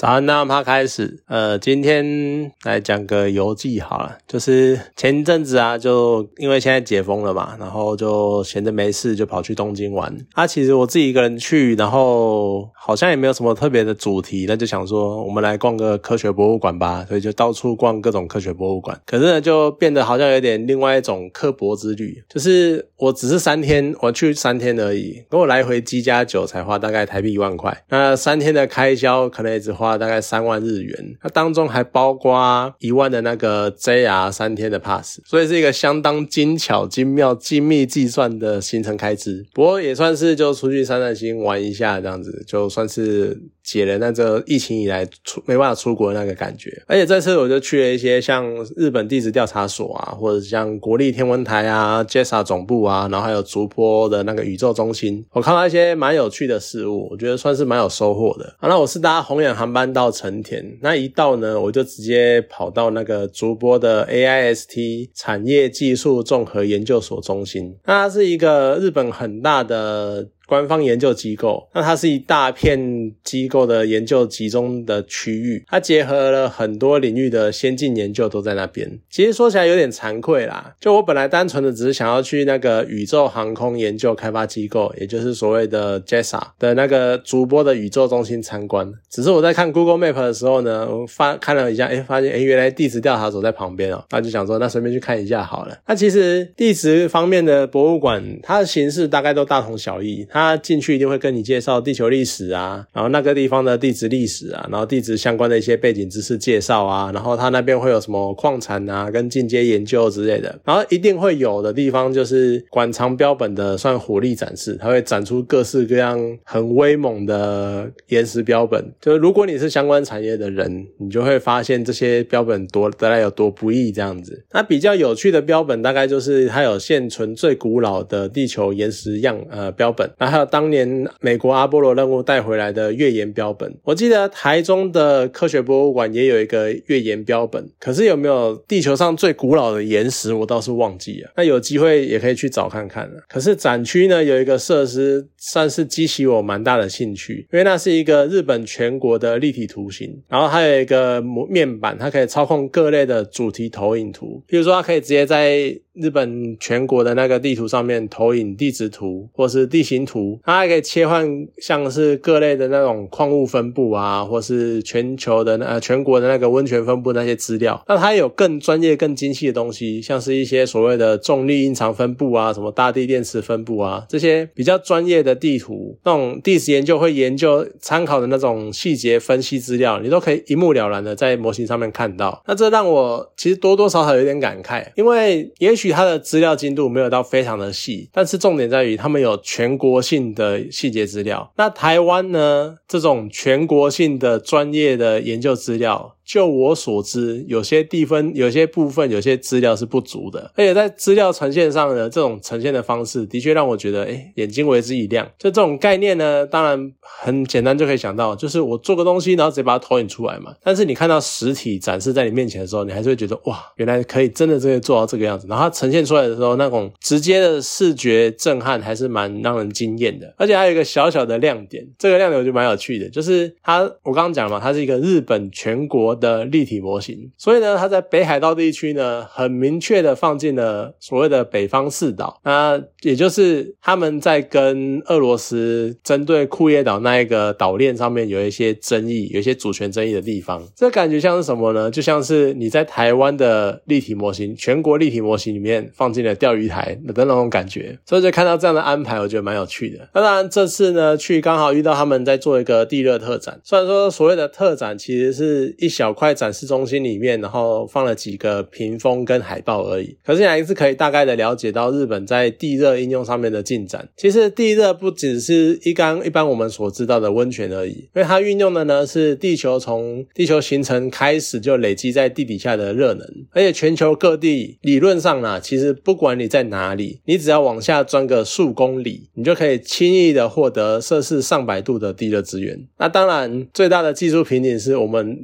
早安，那我们开始。今天来讲个游记好了，就是前一阵子啊，就因为现在解封了嘛，然后就闲着没事就跑去东京玩。其实我自己一个人去，然后好像也没有什么特别的主题，那就想说我们来逛个科学博物馆吧，所以就到处逛各种科学博物馆。可是呢，就变得好像有点另外一种科博之旅，就是我只是3天，我去3天而已，跟我来回机加酒才花大概台币1万块。那3天的开销可能也只花大概3万日元，那当中还包括1万的那个 JR 3天的 pass， 所以是一个相当精巧、精妙、精密计算的行程开支。不过也算是就出去散散心玩一下这样子，就算是解了那个疫情以来没办法出国的那个感觉。而且这次我就去了一些像日本地质调查所啊，或者像国立天文台啊、JAXA 总部啊，然后还有竹坡的那个宇宙中心，我看到一些蛮有趣的事物，我觉得算是蛮有收获的。那我是搭红眼航班到成田，那一到呢，我就直接跑到那个竹坡的 AIST 产业技术综合研究所中心。那它是一个日本很大的官方研究机构，那它是一大片机构的研究集中的区域，它结合了很多领域的先进研究都在那边。其实说起来有点惭愧啦，就我本来单纯的只是想要去那个宇宙航空研究开发机构，也就是所谓的 JAXA 的那个竹坡的宇宙中心参观，只是我在看 Google Map 的时候呢，我看了一下，发现原来地质调查所在旁边那就想说那随便去看一下好了。那其实地质方面的博物馆，它的形式大概都大同小异，他进去一定会跟你介绍地球历史啊，然后那个地方的地质历史啊，然后地质相关的一些背景知识介绍啊，然后他那边会有什么矿产啊跟进阶研究之类的。然后一定会有的地方就是馆藏标本的算火力展示，他会展出各式各样很威猛的岩石标本，就是如果你是相关产业的人，你就会发现这些标本得来有多不易这样子。那比较有趣的标本大概就是它有现存最古老的地球岩石标本，然后还有当年美国阿波罗任务带回来的月岩标本。我记得台中的科学博物馆也有一个月岩标本，可是有没有地球上最古老的岩石我倒是忘记了，那有机会也可以去找看看。可是展区呢有一个设施算是激起我蛮大的兴趣，因为那是一个日本全国的立体图形，然后还有一个面板，它可以操控各类的主题投影图，比如说它可以直接在日本全国的那个地图上面投影地质图或是地形图，它还可以切换像是各类的那种矿物分布啊，或是全国的那个温泉分布那些资料。那它有更专业更精细的东西，像是一些所谓的重力隐藏分布啊，什么大地电池分布啊，这些比较专业的地图，那种地质研究会研究参考的那种细节分析资料，你都可以一目了然的在模型上面看到。那这让我其实多多少少有点感慨，因为也许它的资料精度没有到非常的细，但是重点在于他们有全国性的细节资料。那台湾呢，这种全国性的专业的研究资料，就我所知，有些部分有些资料是不足的，而且在资料呈现上呢，这种呈现的方式的确让我觉得眼睛为之一亮。就这种概念呢，当然很简单就可以想到，就是我做个东西然后直接把它投影出来嘛。但是你看到实体展示在你面前的时候，你还是会觉得哇，原来可以真的做到这个样子，然后它呈现出来的时候，那种直接的视觉震撼还是蛮让人惊艳的。而且还有一个小小的亮点，这个亮点我觉得蛮有趣的，就是我刚刚讲嘛，它是一个日本全国的立体模型，所以呢它在北海道地区呢很明确的放进了所谓的北方四岛，那也就是他们在跟俄罗斯针对库页岛那一个岛链上面有一些争议，有一些主权争议的地方。这感觉像是什么呢？就像是你在台湾的立体模型，全国立体模型里面放进了钓鱼台的那种感觉，所以就看到这样的安排我觉得蛮有趣的。那当然这次呢去刚好遇到他们在做一个地热特展，虽然说所谓的特展其实是一小块展示中心里面然后放了几个屏风跟海报而已，可是你还是可以大概的了解到日本在地热应用上面的进展。其实地热不只是一般我们所知道的温泉而已，因为它运用的呢是地球从地球形成开始就累积在地底下的热能，而且全球各地理论上啦，其实不管你在哪里，你只要往下钻个数公里，你就可以轻易的获得摄氏上百度的地热资源。那当然最大的技术瓶颈是我们如何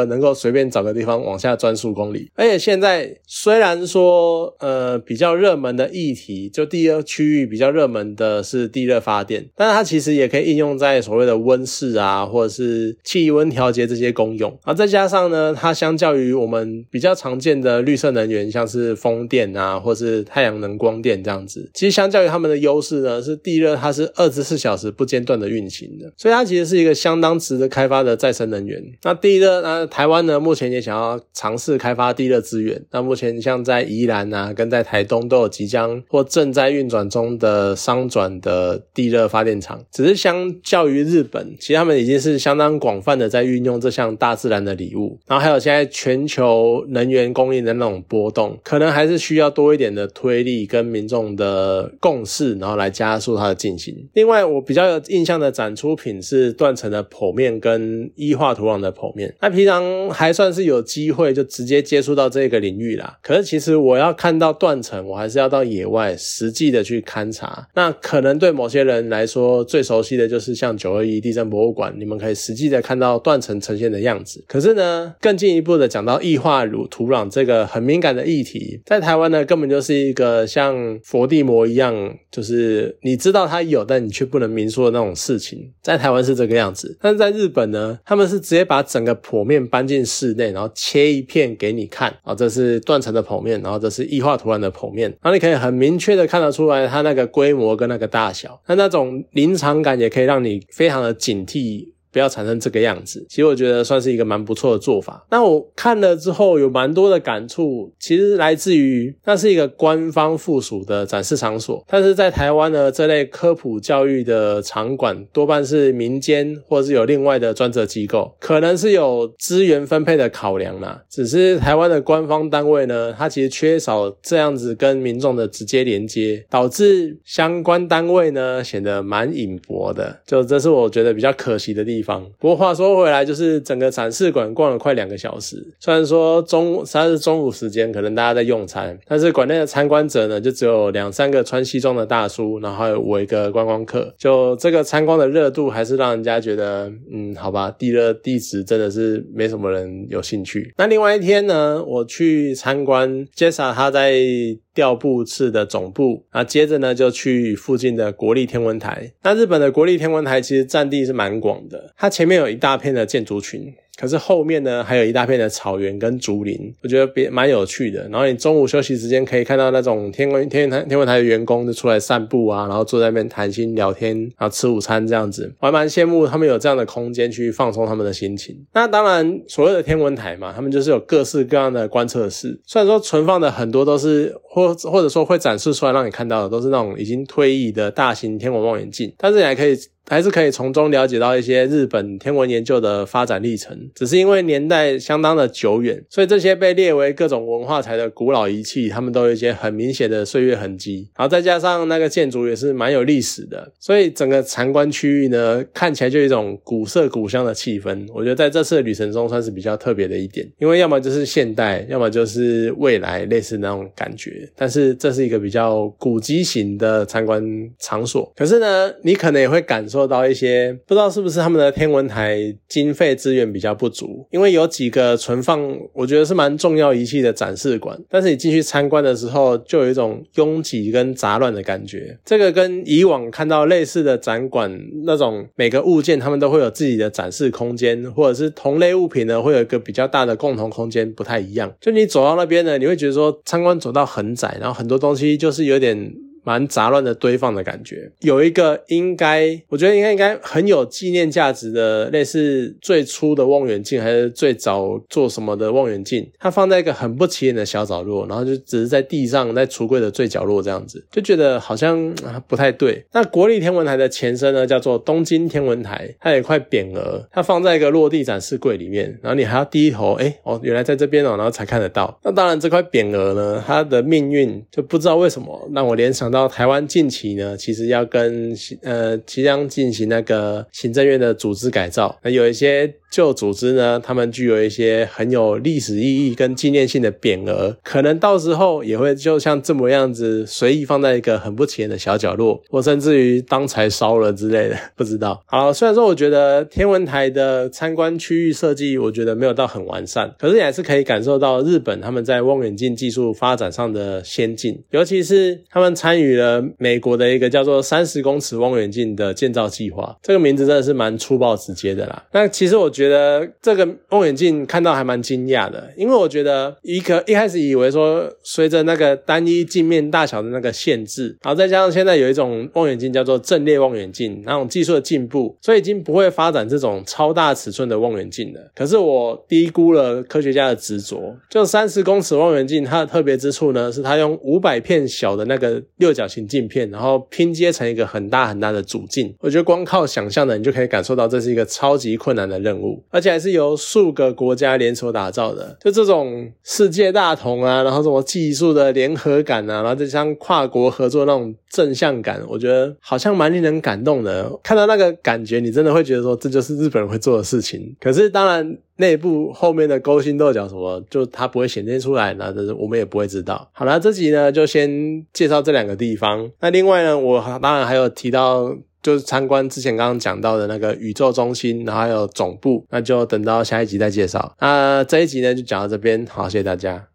何能够随便找个地方往下钻数公里。而且现在虽然说比较热门的议题，就第二区域比较热门的是地热发电，但是它其实也可以应用在所谓的温室啊，或者是气温调节这些功用。再加上呢，它相较于我们比较常见的绿色能源，像是风电啊，或是太阳能光电这样子，其实相较于他们的优势呢，是地热它是24小时不间断的运行的，所以它其实是一个相当值得开发的再生能源。那地热台湾呢目前也想要尝试开发地热资源，那目前像在宜兰啊跟在台东都有即将或正在运转中的商转的地热发电厂，只是相较于日本，其实他们已经是相当广泛的在运用这项大自然的礼物。然后还有现在全球能源供应的那种波动，可能还是需要多一点的推力跟民众的共识，然后来加速它的进行。另外我比较有印象的展出品是断层的剖面跟液化土壤的剖面，那平常还算是有机会就直接接触到这个领域啦，可是其实我要看到断层，我还是要到野外实际的去勘察。那可能对某些人来说最熟悉的就是像921地震博物馆，你们可以实际的看到断层呈现的样子。可是呢，更进一步的讲到液化土壤这个很敏感的议题，在台湾呢根本就是一个像佛地魔一样，就是你知道它有但你却不能明说的那种事情，在台湾是这个样子。但是在日本呢，他们是直接把整个剖面搬进室内，然后切一片给你看，这是断层的剖面，然后这是液化土壤的剖面，然后你可以很明确的看得出来它那个规模跟那个大小，那种临场感也可以让你非常的警惕不要产生这个样子。其实我觉得算是一个蛮不错的做法。那我看了之后有蛮多的感触，其实来自于那是一个官方附属的展示场所，但是在台湾呢，这类科普教育的场馆多半是民间或是有另外的专责机构，可能是有资源分配的考量啦，只是台湾的官方单位呢，它其实缺少这样子跟民众的直接连接，导致相关单位呢显得蛮隐薄的，就这是我觉得比较可惜的地方。不过话说回来，就是整个展示馆逛了快2个小时，虽然说它是中午时间，可能大家在用餐，但是馆内的参观者呢就只有2-3个穿西装的大叔，然后还有我一个观光客，就这个参观的热度还是让人家觉得好吧，地热地质真的是没什么人有兴趣。那另外一天呢，我去参观 JESA 他在调布次的总部，接着呢就去附近的国立天文台。那日本的国立天文台其实占地是蛮广的，它前面有一大片的建筑群，可是后面呢还有一大片的草原跟竹林，我觉得蛮有趣的。然后你中午休息时间可以看到那种天文台的员工就出来散步啊，然后坐在那边谈心聊天，然后吃午餐这样子，我还蛮羡慕他们有这样的空间去放松他们的心情。那当然所谓的天文台嘛，他们就是有各式各样的观测室，虽然说存放的很多都是或者说会展示出来让你看到的都是那种已经退役的大型天文望远镜，但是你还是可以从中了解到一些日本天文研究的发展历程，只是因为年代相当的久远，所以这些被列为各种文化财的古老仪器，他们都有一些很明显的岁月痕迹，然后再加上那个建筑也是蛮有历史的，所以整个参观区域呢看起来就有一种古色古香的气氛。我觉得在这次的旅程中算是比较特别的一点，因为要么就是现代，要么就是未来，类似那种感觉，但是这是一个比较古迹型的参观场所。可是呢，你可能也会感受到一些不知道是不是他们的天文台经费资源比较不足，因为有几个存放我觉得是蛮重要仪器的展示馆，但是你进去参观的时候就有一种拥挤跟杂乱的感觉。这个跟以往看到类似的展馆那种每个物件他们都会有自己的展示空间，或者是同类物品呢会有一个比较大的共同空间不太一样。就你走到那边呢，你会觉得说参观走道很窄，然后很多东西就是有点蛮杂乱的堆放的感觉。有一个我觉得应该很有纪念价值的，类似最初的望远镜还是最早做什么的望远镜，它放在一个很不起眼的小角落，然后就只是在地上，在橱柜的最角落这样子，就觉得好像不太对。那国立天文台的前身呢叫做东京天文台，它有一块匾额，它放在一个落地展示柜里面，然后你还要低头原来在这边然后才看得到。那当然这块匾额呢，它的命运就不知道为什么让我联想到台湾近期呢其实要跟即将进行那个行政院的组织改造，那有一些旧组织呢，他们具有一些很有历史意义跟纪念性的匾额，可能到时候也会就像这么样子随意放在一个很不起眼的小角落，或甚至于当柴烧了之类的，不知道。好，虽然说我觉得天文台的参观区域设计我觉得没有到很完善，可是也还是可以感受到日本他们在望远镜技术发展上的先进，尤其是他们参与了美国的一个叫做30公尺望远镜的建造计划，这个名字真的是蛮粗暴直接的啦。那其实我觉得这个望远镜看到还蛮惊讶的，因为我觉得一开始以为说随着那个单一镜面大小的那个限制，然后再加上现在有一种望远镜叫做阵列望远镜，那种技术的进步，所以已经不会发展这种超大尺寸的望远镜了。可是我低估了科学家的执着，就30公尺望远镜它的特别之处呢，是它用500片小的那个六角形镜片，然后拼接成一个很大很大的主镜。我觉得光靠想象的你就可以感受到这是一个超级困难的任务，而且还是由数个国家联手打造的。就这种世界大同啊，然后什么技术的联合感啊，然后再加上跨国合作那种正向感，我觉得好像蛮令人感动的。看到那个感觉，你真的会觉得说这就是日本人会做的事情。可是当然内部后面的勾心斗角什么，就它不会显现出来，那我们也不会知道。好啦，这集呢就先介绍这2个地方。那另外呢，我当然还有提到就是参观之前刚刚讲到的那个宇宙中心，然后还有总部，那就等到下一集再介绍。那这一集呢就讲到这边，好，谢谢大家。